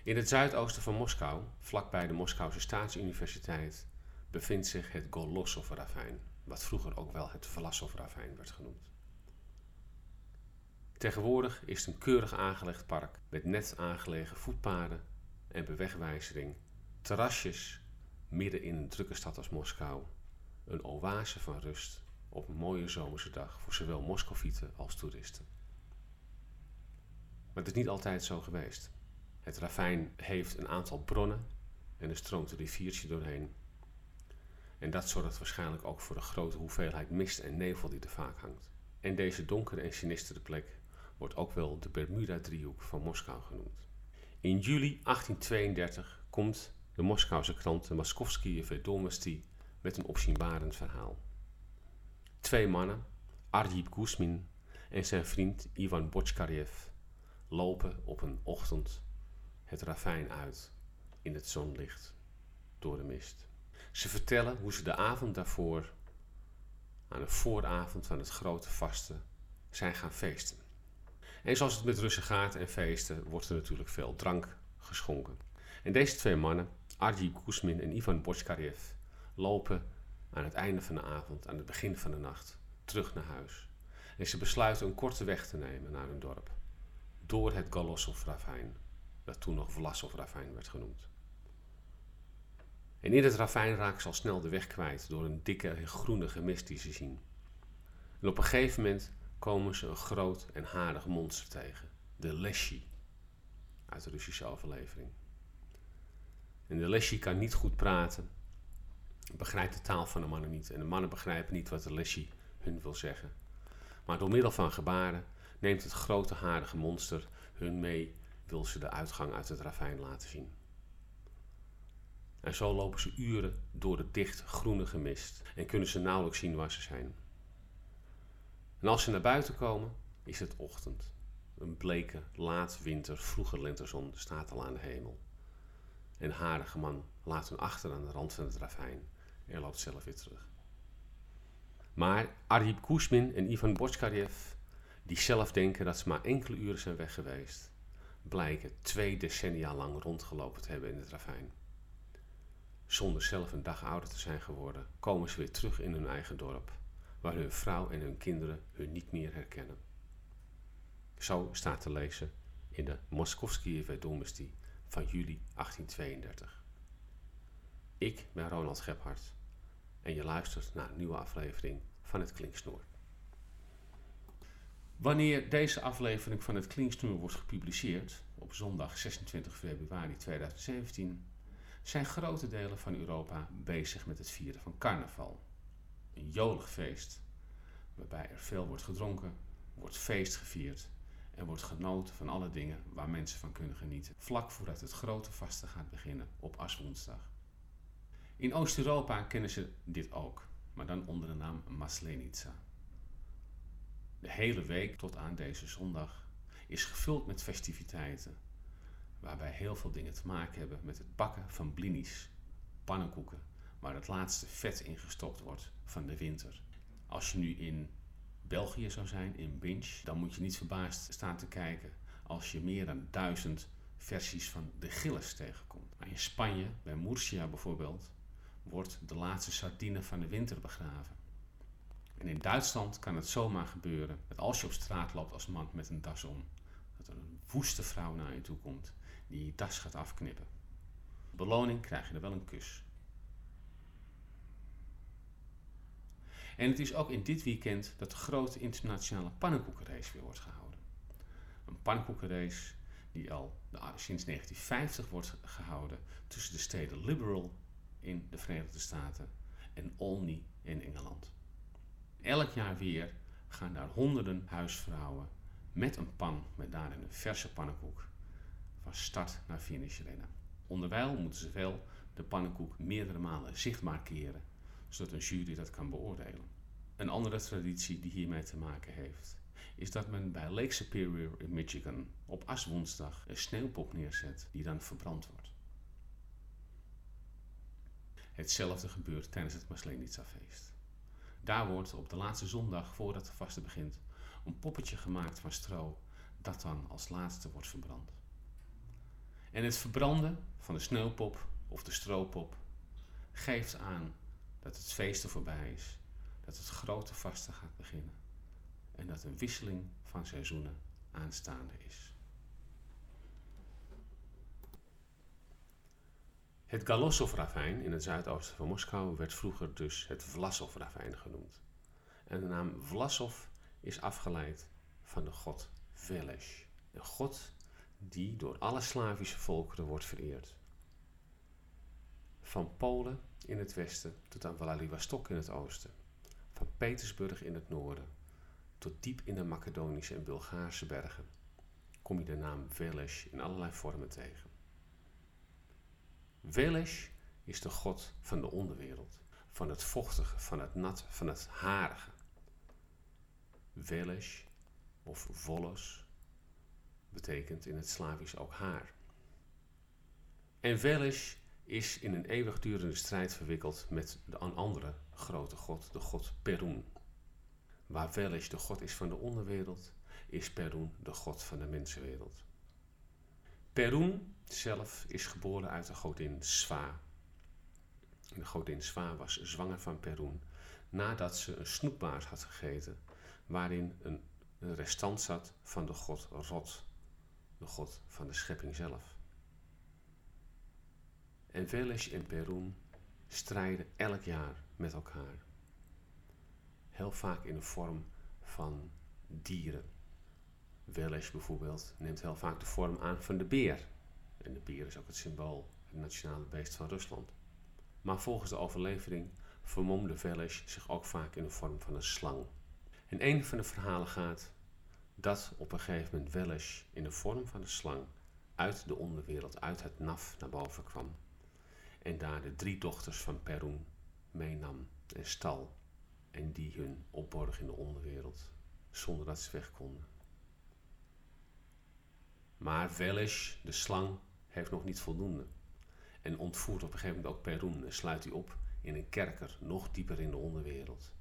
In het zuidoosten van Moskou, vlakbij de Moskouse Staatsuniversiteit, bevindt zich het Golossov-ravijn, wat vroeger ook wel het Vlasov-ravijn werd genoemd. Tegenwoordig is het een keurig aangelegd park met net aangelegen voetpaden en bewegwijzering, terrasjes midden in een drukke stad als Moskou, een oase van rust op een mooie zomerse dag voor zowel Moskovieten als toeristen. Maar het is niet altijd zo geweest. Het ravijn heeft een aantal bronnen en er stroomt een riviertje doorheen. En dat zorgt waarschijnlijk ook voor de grote hoeveelheid mist en nevel die er vaak hangt. En deze donkere en sinistere plek wordt ook wel de Bermuda-driehoek van Moskou genoemd. In juli 1832 komt de Moskouse krant de Moskovskije Vedomosti met een opzienbarend verhaal. 2 mannen, Arjip Guzmin en zijn vriend Ivan Botchkarjev, lopen op een ochtend het ravijn uit in het zonlicht door de mist. Ze vertellen hoe ze de avond daarvoor, aan de vooravond van het grote vasten, zijn gaan feesten. En zoals het met Russen gaat en feesten, wordt er natuurlijk veel drank geschonken. En deze 2 mannen, Arjip Guzmin en Ivan Botchkarjev, lopen aan het einde van de avond, aan het begin van de nacht, terug naar huis. En ze besluiten een korte weg te nemen naar hun dorp, door het Golossov-ravijn, dat toen nog Vlasov-ravijn werd genoemd. En in het ravijn raken ze al snel de weg kwijt door een dikke en groenige mist die ze zien. En op een gegeven moment komen ze een groot en harig monster tegen, de Leshy, uit de Russische overlevering. En de Leshy kan niet goed praten, begrijpt de taal van de mannen niet en de mannen begrijpen niet wat de Leshy hun wil zeggen. Maar door middel van gebaren neemt het grote harige monster hun mee, wil ze de uitgang uit het ravijn laten zien. En zo lopen ze uren door de dicht groenige mist en kunnen ze nauwelijks zien waar ze zijn. En als ze naar buiten komen, is het ochtend. Een bleke, laat winter, vroege lentezon staat al aan de hemel. En de harige man laat hen achter aan de rand van het ravijn en loopt zelf weer terug. Maar Arjip Guzmin en Ivan Botchkarjev, die zelf denken dat ze maar enkele uren zijn weg geweest, blijken 2 decennia lang rondgelopen te hebben in het ravijn. Zonder zelf een dag ouder te zijn geworden, komen ze weer terug in hun eigen dorp, waar hun vrouw en hun kinderen hun niet meer herkennen. Zo staat te lezen in de Moskovskije Vedomosti van juli 1832. Ik ben Ronald Gebhardt en je luistert naar een nieuwe aflevering van het Klinksnoer. Wanneer deze aflevering van het Klinksnoer wordt gepubliceerd, op zondag 26 februari 2017, zijn grote delen van Europa bezig met het vieren van carnaval. Een jolig feest, waarbij er veel wordt gedronken, wordt feest gevierd en wordt genoten van alle dingen waar mensen van kunnen genieten, vlak voordat het grote vasten gaat beginnen op Aswoensdag. In Oost-Europa kennen ze dit ook, maar dan onder de naam Maslenitsa. De hele week tot aan deze zondag is gevuld met festiviteiten, waarbij heel veel dingen te maken hebben met het bakken van blinis, pannenkoeken, waar het laatste vet in gestopt wordt van de winter. Als je nu in België zou zijn, in Binge, dan moet je niet verbaasd staan te kijken als je meer dan 1000 versies van de Gilles tegenkomt. Maar in Spanje, bij Murcia bijvoorbeeld, wordt de laatste sardine van de winter begraven. En in Duitsland kan het zomaar gebeuren dat als je op straat loopt als man met een das om, dat er een woeste vrouw naar je toe komt die je das gaat afknippen. Beloning krijg je er wel een kus. En het is ook in dit weekend dat de grote internationale pannenkoekenrace weer wordt gehouden. Een pannenkoekenrace die al sinds 1950 wordt gehouden tussen de steden Liberal in de Verenigde Staten en Olney in Engeland. Elk jaar weer gaan daar honderden huisvrouwen met een pan met daarin een verse pannenkoek van start naar finish rennen. Onderwijl moeten ze wel de pannenkoek meerdere malen zichtbaar keren, zodat een jury dat kan beoordelen. Een andere traditie die hiermee te maken heeft, is dat men bij Lake Superior in Michigan op Aswoensdag een sneeuwpop neerzet die dan verbrand wordt. Hetzelfde gebeurt tijdens het Maslenitsa-feest. Daar wordt op de laatste zondag voordat de vaste begint een poppetje gemaakt van stro dat dan als laatste wordt verbrand. En het verbranden van de sneeuwpop of de stroopop geeft aan dat het feest er voorbij is, dat het grote vasten gaat beginnen en dat een wisseling van seizoenen aanstaande is. Het Galosov-ravijn in het zuidoosten van Moskou werd vroeger dus het Vlasov-ravijn genoemd. En de naam Vlasov is afgeleid van de god Veles, een god die door alle Slavische volkeren wordt vereerd. Van Polen in het westen tot aan Vladivostok in het oosten, van Petersburg in het noorden tot diep in de Macedonische en Bulgaarse bergen kom je de naam Veles in allerlei vormen tegen. Veles is de god van de onderwereld, van het vochtige, van het nat, van het harige. Veles of Volos betekent in het Slavisch ook haar. En Veles is in een eeuwigdurende strijd verwikkeld met een andere grote god, de god Perun. Waar Veles de god is van de onderwereld, is Perun de god van de mensenwereld. Perun zelf is geboren uit de godin Swa. En de godin Swa was zwanger van Perun nadat ze een snoepbaars had gegeten waarin een restant zat van de god Rot, de god van de schepping zelf. En Veles en Perun strijden elk jaar met elkaar. Heel vaak in de vorm van dieren. Veles bijvoorbeeld neemt heel vaak de vorm aan van de beer. En de beer is ook het symbool, het nationale beest van Rusland. Maar volgens de overlevering vermomde Veles zich ook vaak in de vorm van een slang. En een van de verhalen gaat dat op een gegeven moment Veles in de vorm van een slang uit de onderwereld, uit het naf naar boven kwam. En daar de 3 dochters van Perun meenam en stal. En die hun opborg in de onderwereld, zonder dat ze weg konden. Maar Veles, de slang, heeft nog niet voldoende. En ontvoert op een gegeven moment ook Perun en sluit die op in een kerker, nog dieper in de onderwereld.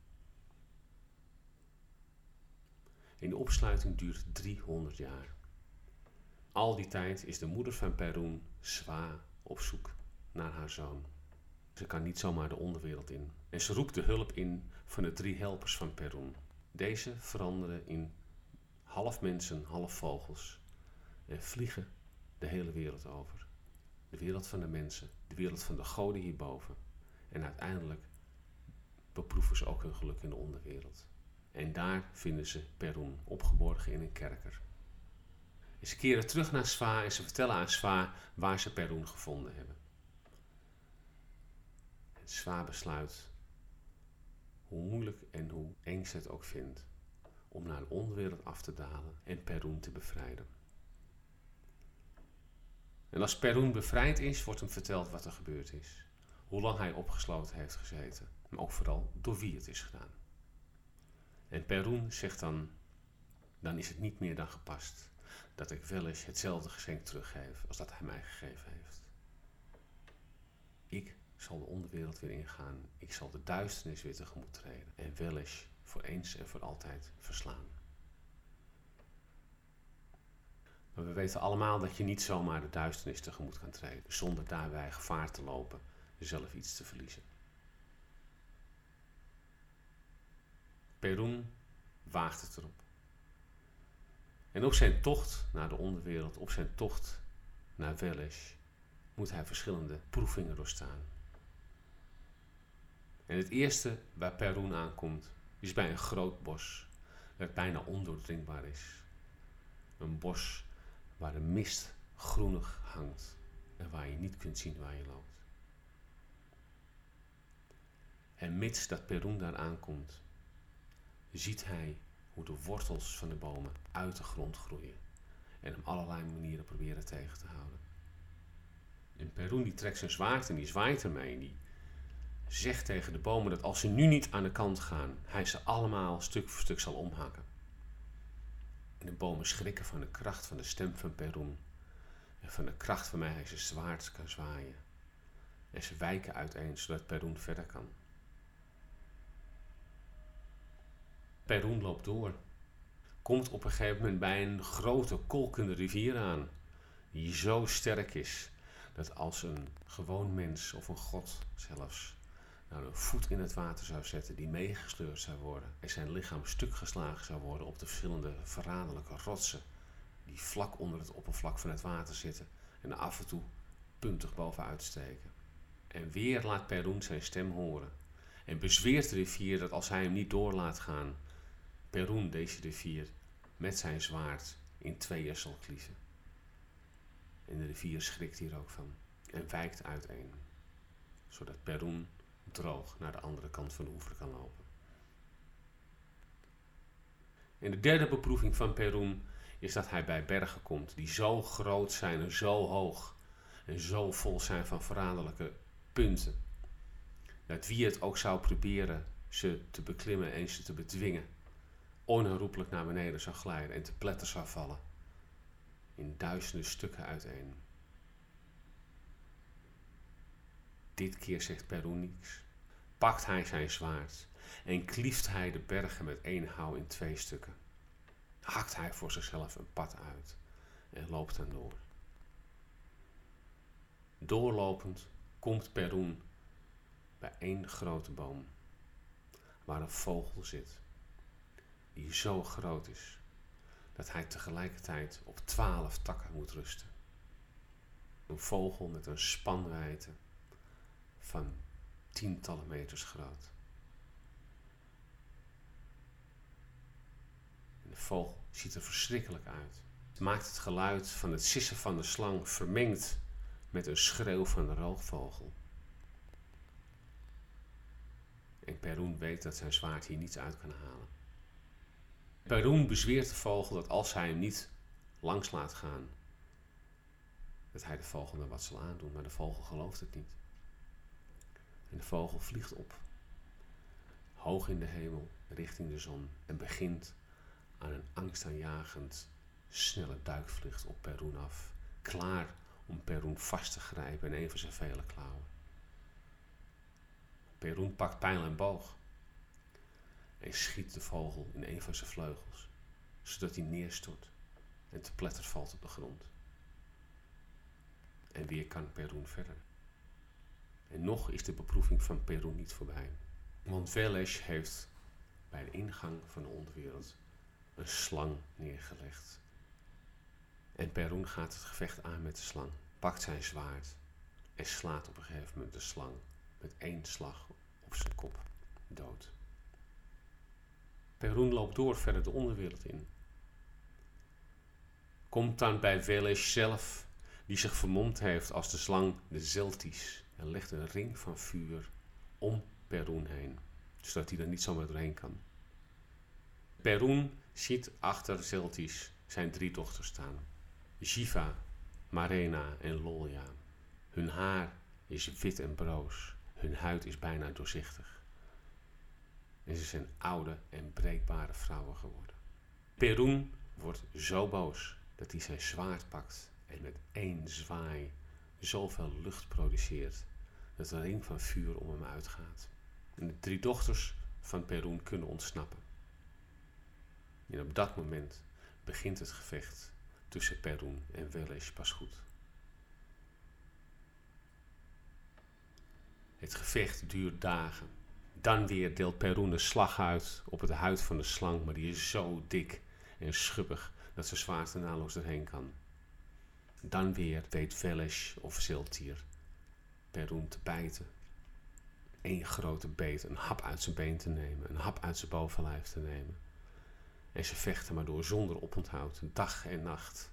En de opsluiting duurt 300 jaar. Al die tijd is de moeder van Perun, Swa, op zoek naar haar zoon. Ze kan niet zomaar de onderwereld in. En ze roept de hulp in van de 3 helpers van Perun. Deze veranderen in half mensen, half vogels. En vliegen de hele wereld over. De wereld van de mensen, de wereld van de goden hierboven. En uiteindelijk beproeven ze ook hun geluk in de onderwereld. En daar vinden ze Perun opgeborgen in een kerker. En ze keren terug naar Swa en ze vertellen aan Swa waar ze Perun gevonden hebben. En Swa besluit, hoe moeilijk en hoe eng ze het ook vindt, om naar de onderwereld af te dalen en Perun te bevrijden. En als Perun bevrijd is, wordt hem verteld wat er gebeurd is. Hoe lang hij opgesloten heeft gezeten, maar ook vooral door wie het is gedaan. En Perun zegt dan is het niet meer dan gepast dat ik Veles hetzelfde geschenk teruggeef als dat hij mij gegeven heeft. Ik zal de onderwereld weer ingaan, ik zal de duisternis weer tegemoet treden en Veles voor eens en voor altijd verslaan. Maar we weten allemaal dat je niet zomaar de duisternis tegemoet kan treden, zonder daarbij gevaar te lopen zelf iets te verliezen. Perun waagt het erop. En op zijn tocht naar de onderwereld, op zijn tocht naar Veles, moet hij verschillende proevingen doorstaan. En het eerste waar Perun aankomt, is bij een groot bos, dat bijna ondoordringbaar is. Een bos waar de mist groenig hangt en waar je niet kunt zien waar je loopt. En mits dat Perun daar aankomt, ziet hij hoe de wortels van de bomen uit de grond groeien en op allerlei manieren proberen tegen te houden. En Perun die trekt zijn zwaard en die zwaait ermee en die zegt tegen de bomen dat als ze nu niet aan de kant gaan, hij ze allemaal stuk voor stuk zal omhakken. En de bomen schrikken van de kracht van de stem van Perun en van de kracht waarmee hij zijn zwaard kan zwaaien. En ze wijken uiteen zodat Perun verder kan. Perun loopt door, komt op een gegeven moment bij een grote kolkende rivier aan. die zo sterk is dat als een gewoon mens of een god zelfs nou een voet in het water zou zetten, die meegesleurd zou worden en zijn lichaam stuk geslagen zou worden op de verschillende verraderlijke rotsen die vlak onder het oppervlak van het water zitten en af en toe puntig bovenuit steken. En weer laat Perun zijn stem horen en bezweert de rivier dat als hij hem niet door laat gaan, Perun deze rivier met zijn zwaard in tweeën zal klieven. En de rivier schrikt hier ook van en wijkt uiteen, zodat Perun droog naar de andere kant van de oever kan lopen. En de derde beproeving van Perun is dat hij bij bergen komt die zo groot zijn en zo hoog en zo vol zijn van verraderlijke punten, dat wie het ook zou proberen ze te beklimmen en ze te bedwingen, onherroepelijk naar beneden zou glijden en te pletter zou vallen, in duizenden stukken uiteen. Dit keer zegt Perun niets. Pakt hij zijn zwaard en klieft hij de bergen met één houw in 2 stukken. Hakt hij voor zichzelf een pad uit en loopt dan door. Doorlopend komt Perun bij 1 grote boom, waar een vogel zit, die zo groot is dat hij tegelijkertijd op 12 takken moet rusten. Een vogel met een spanwijdte van tientallen meters groot. En de vogel ziet er verschrikkelijk uit. Het maakt het geluid van het sissen van de slang vermengd met een schreeuw van de roofvogel. En Perun weet dat zijn zwaard hier niets uit kan halen. Perun bezweert de vogel dat als hij hem niet langs laat gaan, dat hij de vogel dan wat zal aandoen, maar de vogel gelooft het niet. En de vogel vliegt op, hoog in de hemel, richting de zon en begint aan een angstaanjagend snelle duikvlucht op Perun af, klaar om Perun vast te grijpen in een van zijn vele klauwen. Perun pakt pijl en boog en schiet de vogel in een van zijn vleugels, zodat hij neerstort en te pletter valt op de grond. En weer kan Perun verder. En nog is de beproeving van Perun niet voorbij. Want Veles heeft bij de ingang van de onderwereld een slang neergelegd. En Perun gaat het gevecht aan met de slang, pakt zijn zwaard en slaat op een gegeven moment de slang met 1 slag op zijn kop dood. Perun loopt door verder de onderwereld in. Komt dan bij Veles zelf, die zich vermomd heeft als de slang de Zeltis, en legt een ring van vuur om Perun heen, zodat hij er niet zomaar doorheen kan. Perun ziet achter Zeltis zijn 3 dochters staan, Shiva, Marena en Lolja. Hun haar is wit en broos, hun huid is bijna doorzichtig. En ze zijn oude en breekbare vrouwen geworden. Perun wordt zo boos dat hij zijn zwaard pakt en met 1 zwaai zoveel lucht produceert dat een ring van vuur om hem uitgaat. En de 3 dochters van Perun kunnen ontsnappen. En op dat moment begint het gevecht tussen Perun en Veles pas goed. Het gevecht duurt dagen. Dan weer deelt Perun een slag uit op het huid van de slang, maar die is zo dik en schubbig dat zijn zwaard er naadloos doorheen kan. Dan weer weet Veles of Zeltier Perun te bijten. 1 grote beet, een hap uit zijn been te nemen, een hap uit zijn bovenlijf te nemen. En ze vechten maar door zonder oponthoud, dag en nacht.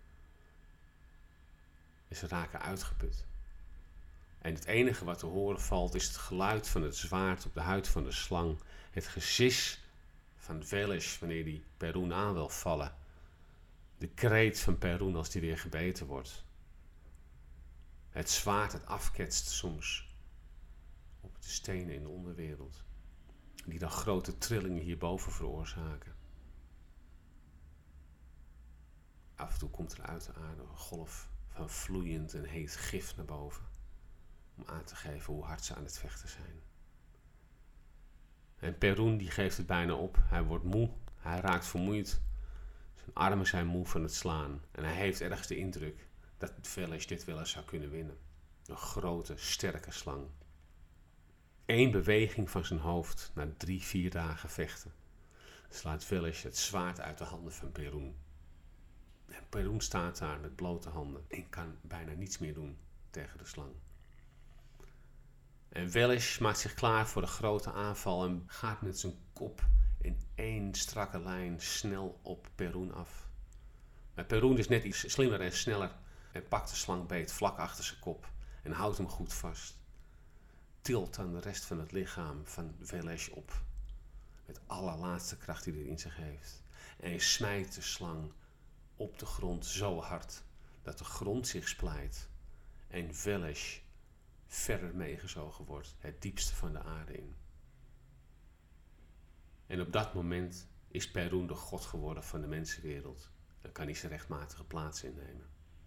En ze raken uitgeput. En het enige wat te horen valt is het geluid van het zwaard op de huid van de slang. Het gesis van Veles wanneer die Perun aan wil vallen. De kreet van Perun als die weer gebeten wordt. Het zwaard dat afketst soms op de stenen in de onderwereld. Die dan grote trillingen hierboven veroorzaken. Af en toe komt er uit de aarde een golf van vloeiend en heet gif naar boven. Om aan te geven hoe hard ze aan het vechten zijn. En Perun die geeft het bijna op. Hij wordt moe. Hij raakt vermoeid. Zijn armen zijn moe van het slaan. En hij heeft ergens de indruk dat Welesh dit wel eens zou kunnen winnen. Een grote, sterke slang. 1 beweging van zijn hoofd na 3-4 dagen vechten slaat Welesh het zwaard uit de handen van Perun. En Perun staat daar met blote handen en kan bijna niets meer doen tegen de slang. En Welesh maakt zich klaar voor de grote aanval en gaat met zijn kop in 1 strakke lijn snel op Perun af. Maar Perun is net iets slimmer en sneller en pakt de slangbeet vlak achter zijn kop en houdt hem goed vast. Tilt dan de rest van het lichaam van Welesh op. Met alle laatste kracht die hij in zich heeft. En je smijt de slang op de grond zo hard dat de grond zich splijt. En Welesh verder meegezogen wordt, het diepste van de aarde in. En op dat moment is Perun de god geworden van de mensenwereld. Dan kan hij zijn rechtmatige plaats innemen.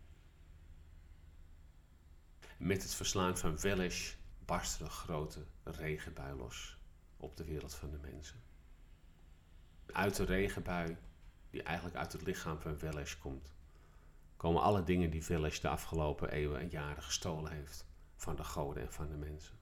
Met het verslaan van Welesh barst er een grote regenbui los op de wereld van de mensen. Uit de regenbui, die eigenlijk uit het lichaam van Welesh komt, komen alle dingen die Welesh de afgelopen eeuwen en jaren gestolen heeft van de goden en van de mensen.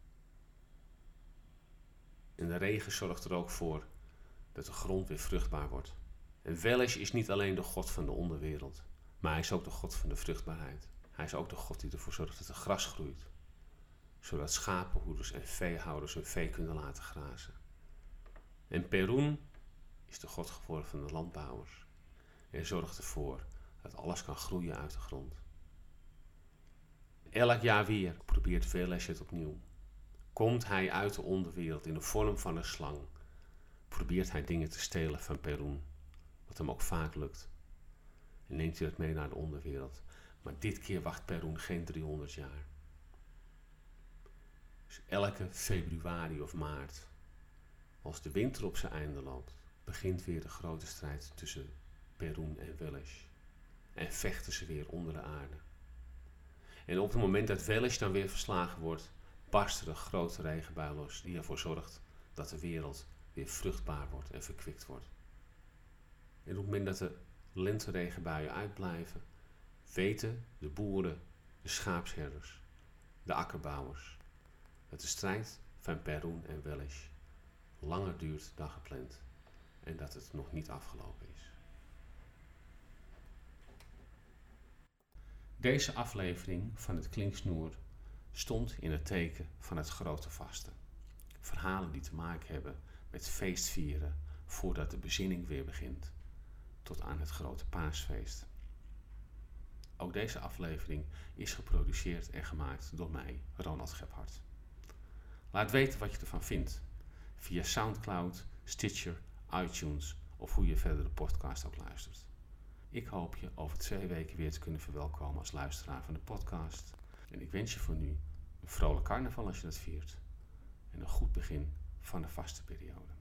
En de regen zorgt er ook voor dat de grond weer vruchtbaar wordt. En Welesh is niet alleen de god van de onderwereld, maar hij is ook de god van de vruchtbaarheid. Hij is ook de god die ervoor zorgt dat er gras groeit, zodat schapenhoeders en veehouders hun vee kunnen laten grazen. En Perun is de god geworden van de landbouwers en zorgt ervoor dat alles kan groeien uit de grond. Elk jaar weer probeert Welesh het opnieuw. Komt hij uit de onderwereld in de vorm van een slang, probeert hij dingen te stelen van Perun, wat hem ook vaak lukt. En neemt hij dat mee naar de onderwereld. Maar dit keer wacht Perun geen 300 jaar. Dus elke februari of maart, als de winter op zijn einde loopt, begint weer de grote strijd tussen Perun en Welesh. En vechten ze weer onder de aarde. En op het moment dat Welesh dan weer verslagen wordt, barst er een grote regenbui los die ervoor zorgt dat de wereld weer vruchtbaar wordt en verkwikt wordt. En op het moment dat de lenteregenbuien uitblijven, weten de boeren, de schaapsherders, de akkerbouwers, dat de strijd van Perun en Welesh langer duurt dan gepland en dat het nog niet afgelopen is. Deze aflevering van het Klinksnoer stond in het teken van het grote vasten. Verhalen die te maken hebben met feestvieren voordat de bezinning weer begint, tot aan het grote paasfeest. Ook deze aflevering is geproduceerd en gemaakt door mij, Ronald Gebhardt. Laat weten wat je ervan vindt via Soundcloud, Stitcher, iTunes of hoe je verder de podcast ook luistert. Ik hoop je over 2 weken weer te kunnen verwelkomen als luisteraar van de podcast. En ik wens je voor nu een vrolijk carnaval als je dat viert. En een goed begin van de vaste periode.